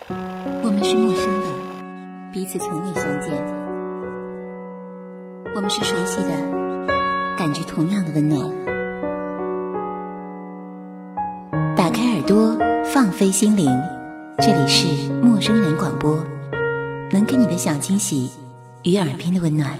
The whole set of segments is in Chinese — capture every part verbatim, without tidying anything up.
我们是陌生的，彼此从未相见。我们是熟悉的，感觉同样的温暖。打开耳朵，放飞心灵，这里是陌生人广播，能给你的小惊喜与耳边的温暖。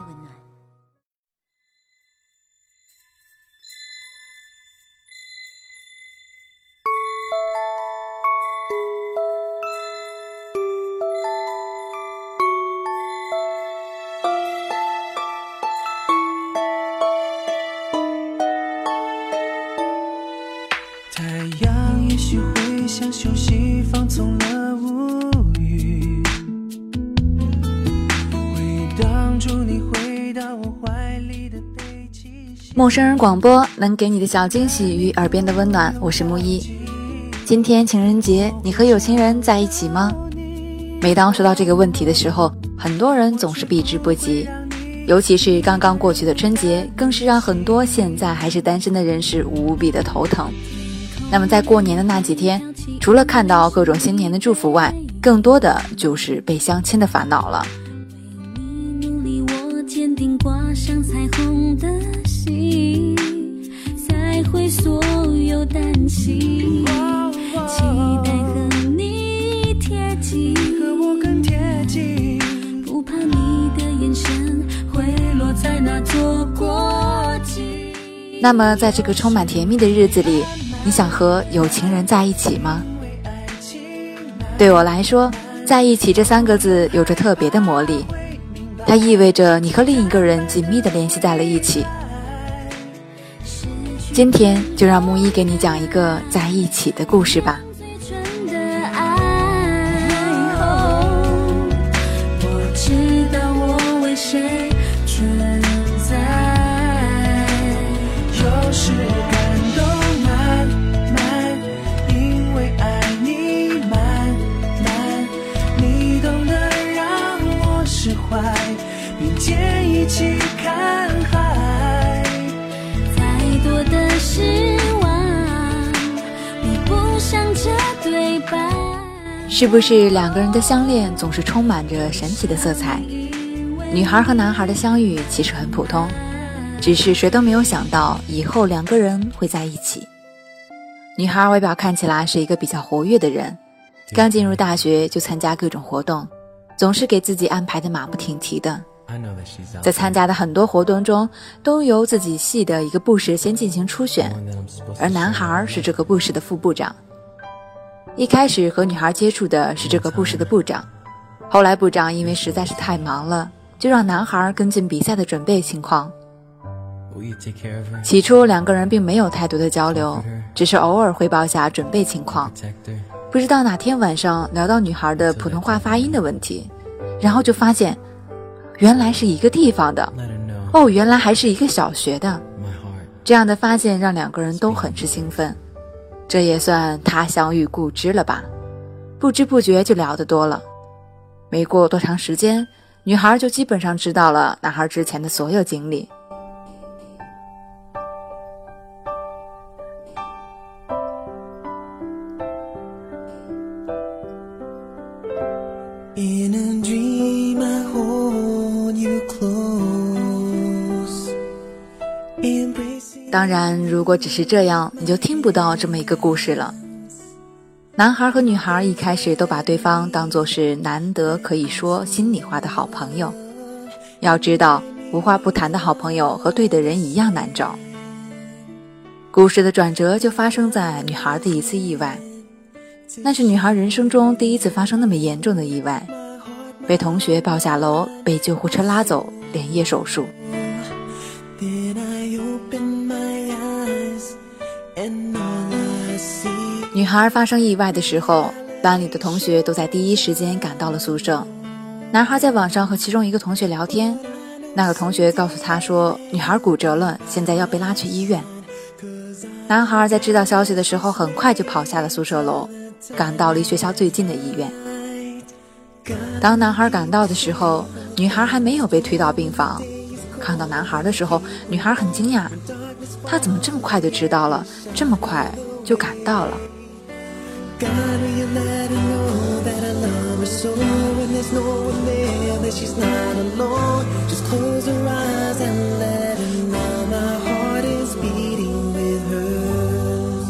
太阳也许会像休息放纵了无语，回荡出你回到我怀里的背脊。 陌生人广播，能给你的小惊喜与耳边的温暖，我是木一。今天情人节，你和有情人在一起吗？每当说到这个问题的时候，很多人总是避之不及，尤其是刚刚过去的春节，更是让很多现在还是单身的人士无比的头疼。那么在过年的那几天，除了看到各种新年的祝福外，更多的就是被相亲的烦恼了。 努力我坚定挂上彩虹的心，才会所有担心，期待和你贴近， 和我更贴近， 不怕你的眼神会落在那座国境。 那么在这个充满甜蜜的日子里，你想和有情人在一起吗？对我来说，在一起这三个字有着特别的魔力，它意味着你和另一个人紧密地联系在了一起。今天就让木一给你讲一个在一起的故事吧。 我知道我为谁存在， 有时感动慢慢，因为爱你慢慢，你懂得让我释怀，并肩一起看海。 再多的失望比不上这对白。 是不是两个人的相恋总是充满着神奇的色彩？女孩和男孩的相遇其实很普通，只是谁都没有想到以后两个人会在一起。女孩外表看起来是一个比较活跃的人，刚进入大学就参加各种活动，总是给自己安排的马不停蹄的。在参加的很多活动中，都由自己系的一个部室先进行初选，而男孩是这个部室的副部长。一开始和女孩接触的是这个部室的部长，后来部长因为实在是太忙了，就让男孩跟进比赛的准备情况。起初两个人并没有太多的交流，只是偶尔汇报下准备情况。不知道哪天晚上聊到女孩的普通话发音的问题，然后就发现原来是一个地方的，哦，原来还是一个小学的。这样的发现让两个人都很是兴奋，这也算他乡遇故知了吧。不知不觉就聊得多了，没过多长时间，女孩就基本上知道了男孩之前的所有经历。 In a dream I hold you close, embracing。 当然如果只是这样，你就听不到这么一个故事了。男孩和女孩一开始都把对方当作是难得可以说心里话的好朋友，要知道无话不谈的好朋友和对的人一样难找。故事的转折就发生在女孩的一次意外，那是女孩人生中第一次发生那么严重的意外，被同学抱下楼，被救护车拉走，连夜手术。女孩发生意外的时候，班里的同学都在第一时间赶到了宿舍。男孩在网上和其中一个同学聊天，那个同学告诉他说女孩骨折了，现在要被拉去医院。男孩在知道消息的时候很快就跑下了宿舍楼，赶到离学校最近的医院。当男孩赶到的时候，女孩还没有被推到病房。看到男孩的时候，女孩很惊讶，他怎么这么快就知道了，这么快就赶到了。 alone. Just close your eyes and let her know my heart is beating with hers.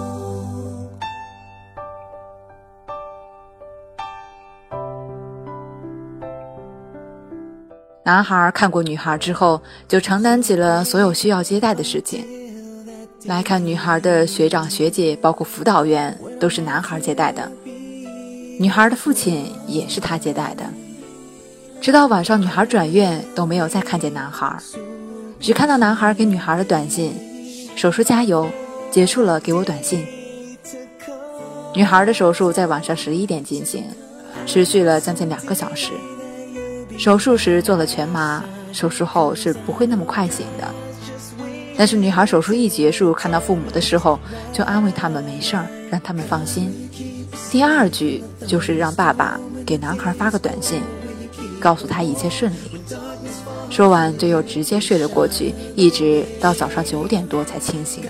男孩看过女孩之后，就承担起了所有需要接待的事情。来看女孩的学长学姐，包括辅导员，都是男孩接待的。女孩的父亲也是他接待的。直到晚上女孩转院，都没有再看见男孩，只看到男孩给女孩的短信：手术加油，结束了给我短信。女孩的手术在晚上十一点进行，持续了将近两个小时。手术时做了全麻，手术后是不会那么快醒的。但是女孩手术一结束，看到父母的时候，就安慰他们没事儿，让他们放心。第二句就是让爸爸给男孩发个短信，告诉他一切顺利。说完就又直接睡了过去，一直到早上九点多才清醒。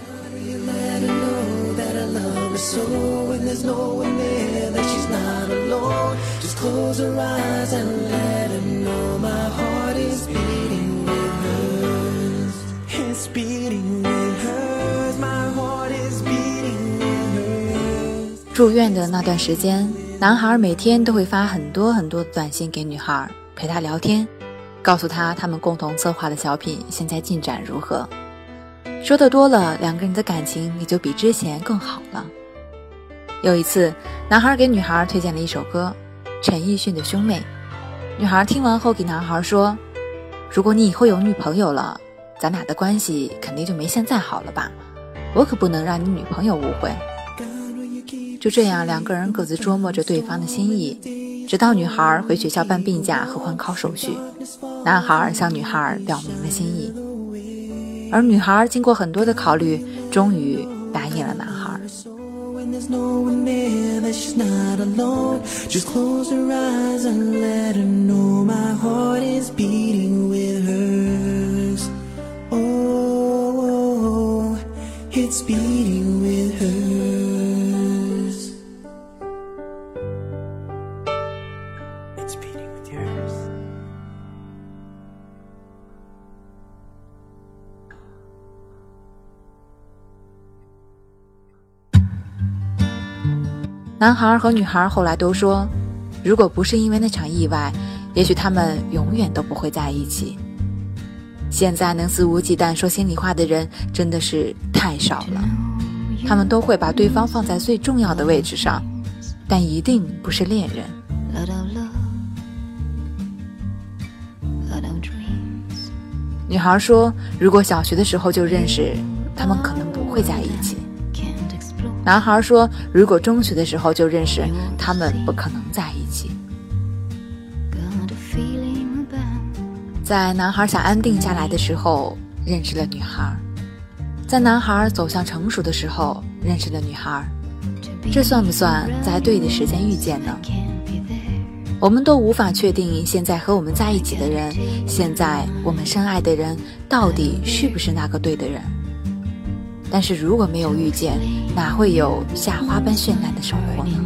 住院的那段时间，男孩每天都会发很多很多短信给女孩，陪她聊天，告诉她他们共同策划的小品现在进展如何。说得多了，两个人的感情也就比之前更好了。有一次，男孩给女孩推荐了一首歌，陈奕迅的《兄妹》。女孩听完后给男孩说：如果你以后有女朋友了，咱俩的关系肯定就没现在好了吧，我可不能让你女朋友误会。就这样，两个人各自琢磨着对方的心意，直到女孩回学校办病假和换考手续，男孩向女孩表明了心意。而女孩经过很多的考虑，终于答应了男孩。男孩和女孩后来都说，如果不是因为那场意外，也许他们永远都不会在一起。现在能肆无忌惮说心里话的人真的是太少了，他们都会把对方放在最重要的位置上，但一定不是恋人。女孩说，如果小学的时候就认识，他们可能不会在一起。男孩说，如果中学的时候就认识，他们不可能在一起。在男孩想安定下来的时候，认识了女孩；在男孩走向成熟的时候，认识了女孩。这算不算在对的时间遇见呢？我们都无法确定现在和我们在一起的人，现在我们深爱的人，到底是不是那个对的人。但是如果没有遇见，哪会有夏花般绚烂的生活呢？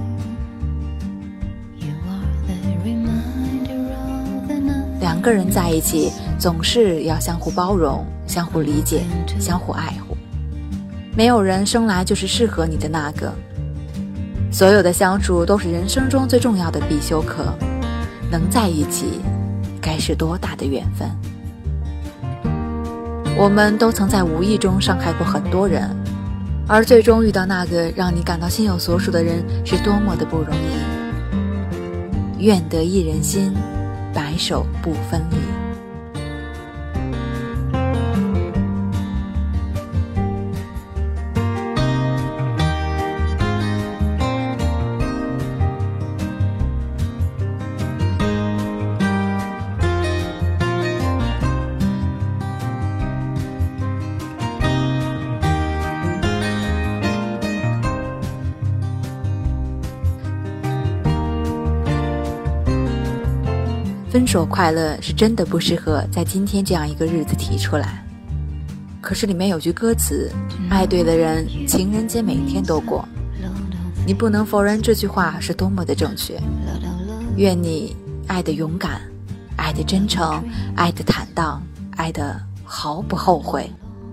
两个人在一起，总是要相互包容、相互理解、相互爱护。没有人生来就是适合你的那个。所有的相处都是人生中最重要的必修课，能在一起，该是多大的缘分。我们都曾在无意中伤害过很多人，而最终遇到那个让你感到心有所属的人，是多么的不容易。愿得一人心，白首不分离。分手快乐是真的不适合在今天这样一个日子提出来，可是里面有句歌词，爱对的人，情人节每天都过。你不能否认这句话是多么的正确。愿你爱得勇敢， 爱的真诚，爱的坦荡，爱的毫不后悔。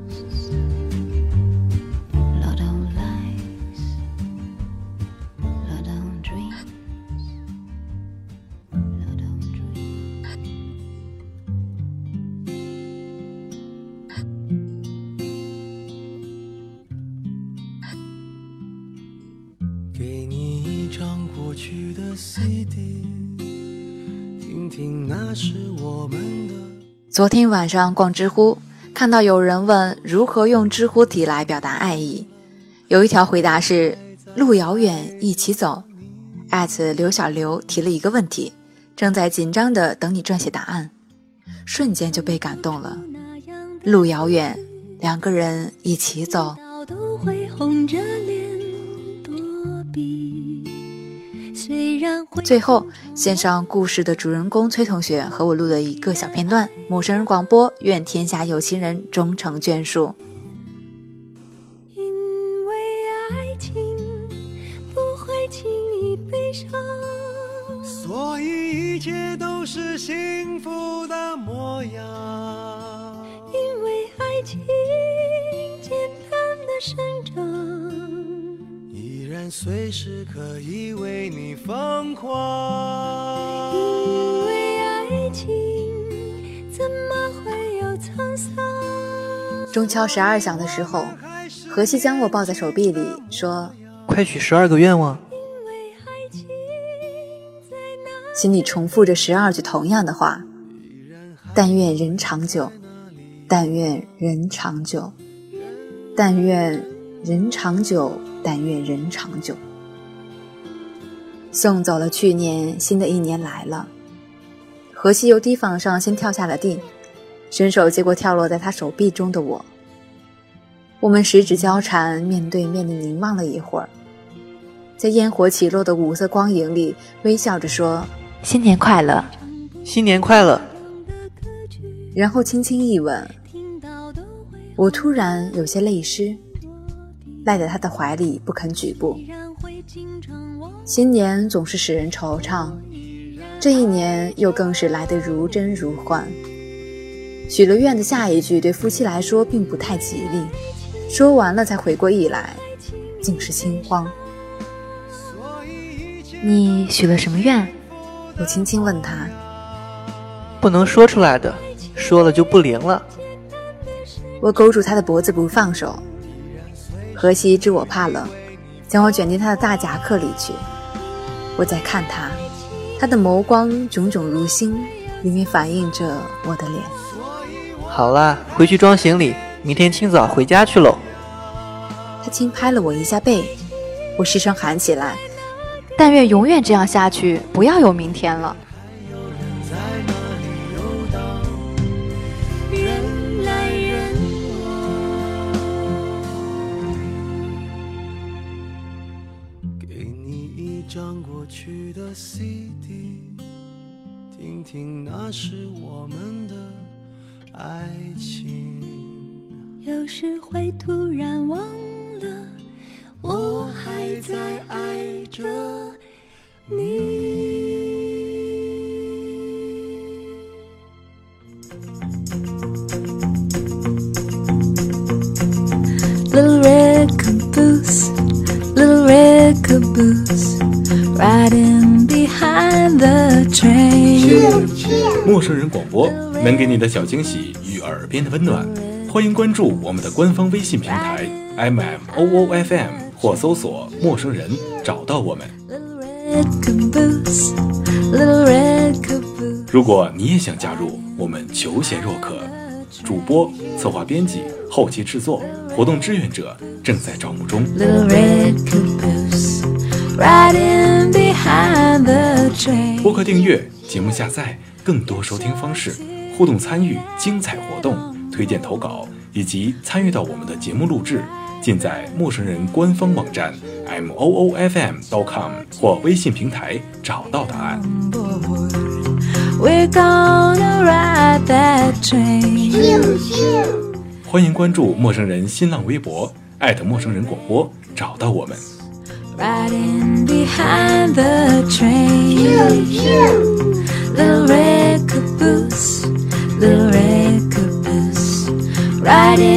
给你一张过去的 C D， 听听那是我们的。 昨天晚上逛知乎，看到有人问如何用知乎体来表达爱意，有一条回答是路遥远一起走，刘小刘提了一个问题，正在紧张地等你撰写答案，瞬间就被感动了。路遥远，两个人一起走。 都会红着脸躲避，虽然会最后献上故事的主人公崔同学和我录的一个小片段，陌生人广播，愿天下有情人终成眷属。 因为爱情不会轻易悲伤， 所以一切都是幸福的模样。 因为爱情简单的生长， 依然随时可以为你疯狂。 因为爱情怎么会有沧桑。 中敲十二响的时候，荷西将我抱在手臂里说， 快许十二个愿望。 心里重复着十二句同样的话，但愿人长久，但愿人长久，但愿人长久，但愿人长久。送走了去年，新的一年来了。荷西由堤防上先跳下了地，伸手接过跳落在他手臂中的我。我们十指交缠，面对面地凝望了一会儿，在烟火起落的五色光影里微笑着说，新年快乐， 新年快乐。 然后轻轻一吻，我突然有些泪湿，赖在他的怀里不肯举步。新年总是使人惆怅，这一年又更是来得如真如幻。许了愿的下一句对夫妻来说并不太吉利，说完了才回过意来，竟是心慌。你许了什么愿？我轻轻问他。 不能说出来的，说了就不灵了。 我勾住他的脖子不放手。荷西知我怕冷，将我卷进他的大夹克里去。我在看他，他的眸光炯炯如星，里面反映着我的脸。 好啦，回去装行李，明天清早回家去喽。 他轻拍了我一下背，我失声喊起来， 但愿永远这样下去，不要有明天了。 人来人往，给你一张过去的 C D， 听听那是我们的爱情。 有时会突然忘了，我还在爱着你。Little red caboose, little red caboose, riding behind the train。 陌生人广播能给你的小惊喜与耳边的温暖，欢迎关注我们的官方微信平台 M M O O F M 或搜索陌生人找到我们。如果你也想加入，我们求贤若渴，主播、策划编辑、后期制作、活动志愿者正在招募中。播客订阅、节目下载、更多收听方式、互动参与、精彩活动、推荐投稿以及参与到我们的节目录制，尽在陌生人官方网站 M O O F M dot com 或微信平台找到答案。欢迎关注陌生人新浪微博艾特陌生人广播，找到我们。 Riding behind the train, little red caboose. caboose, little red caboose, riding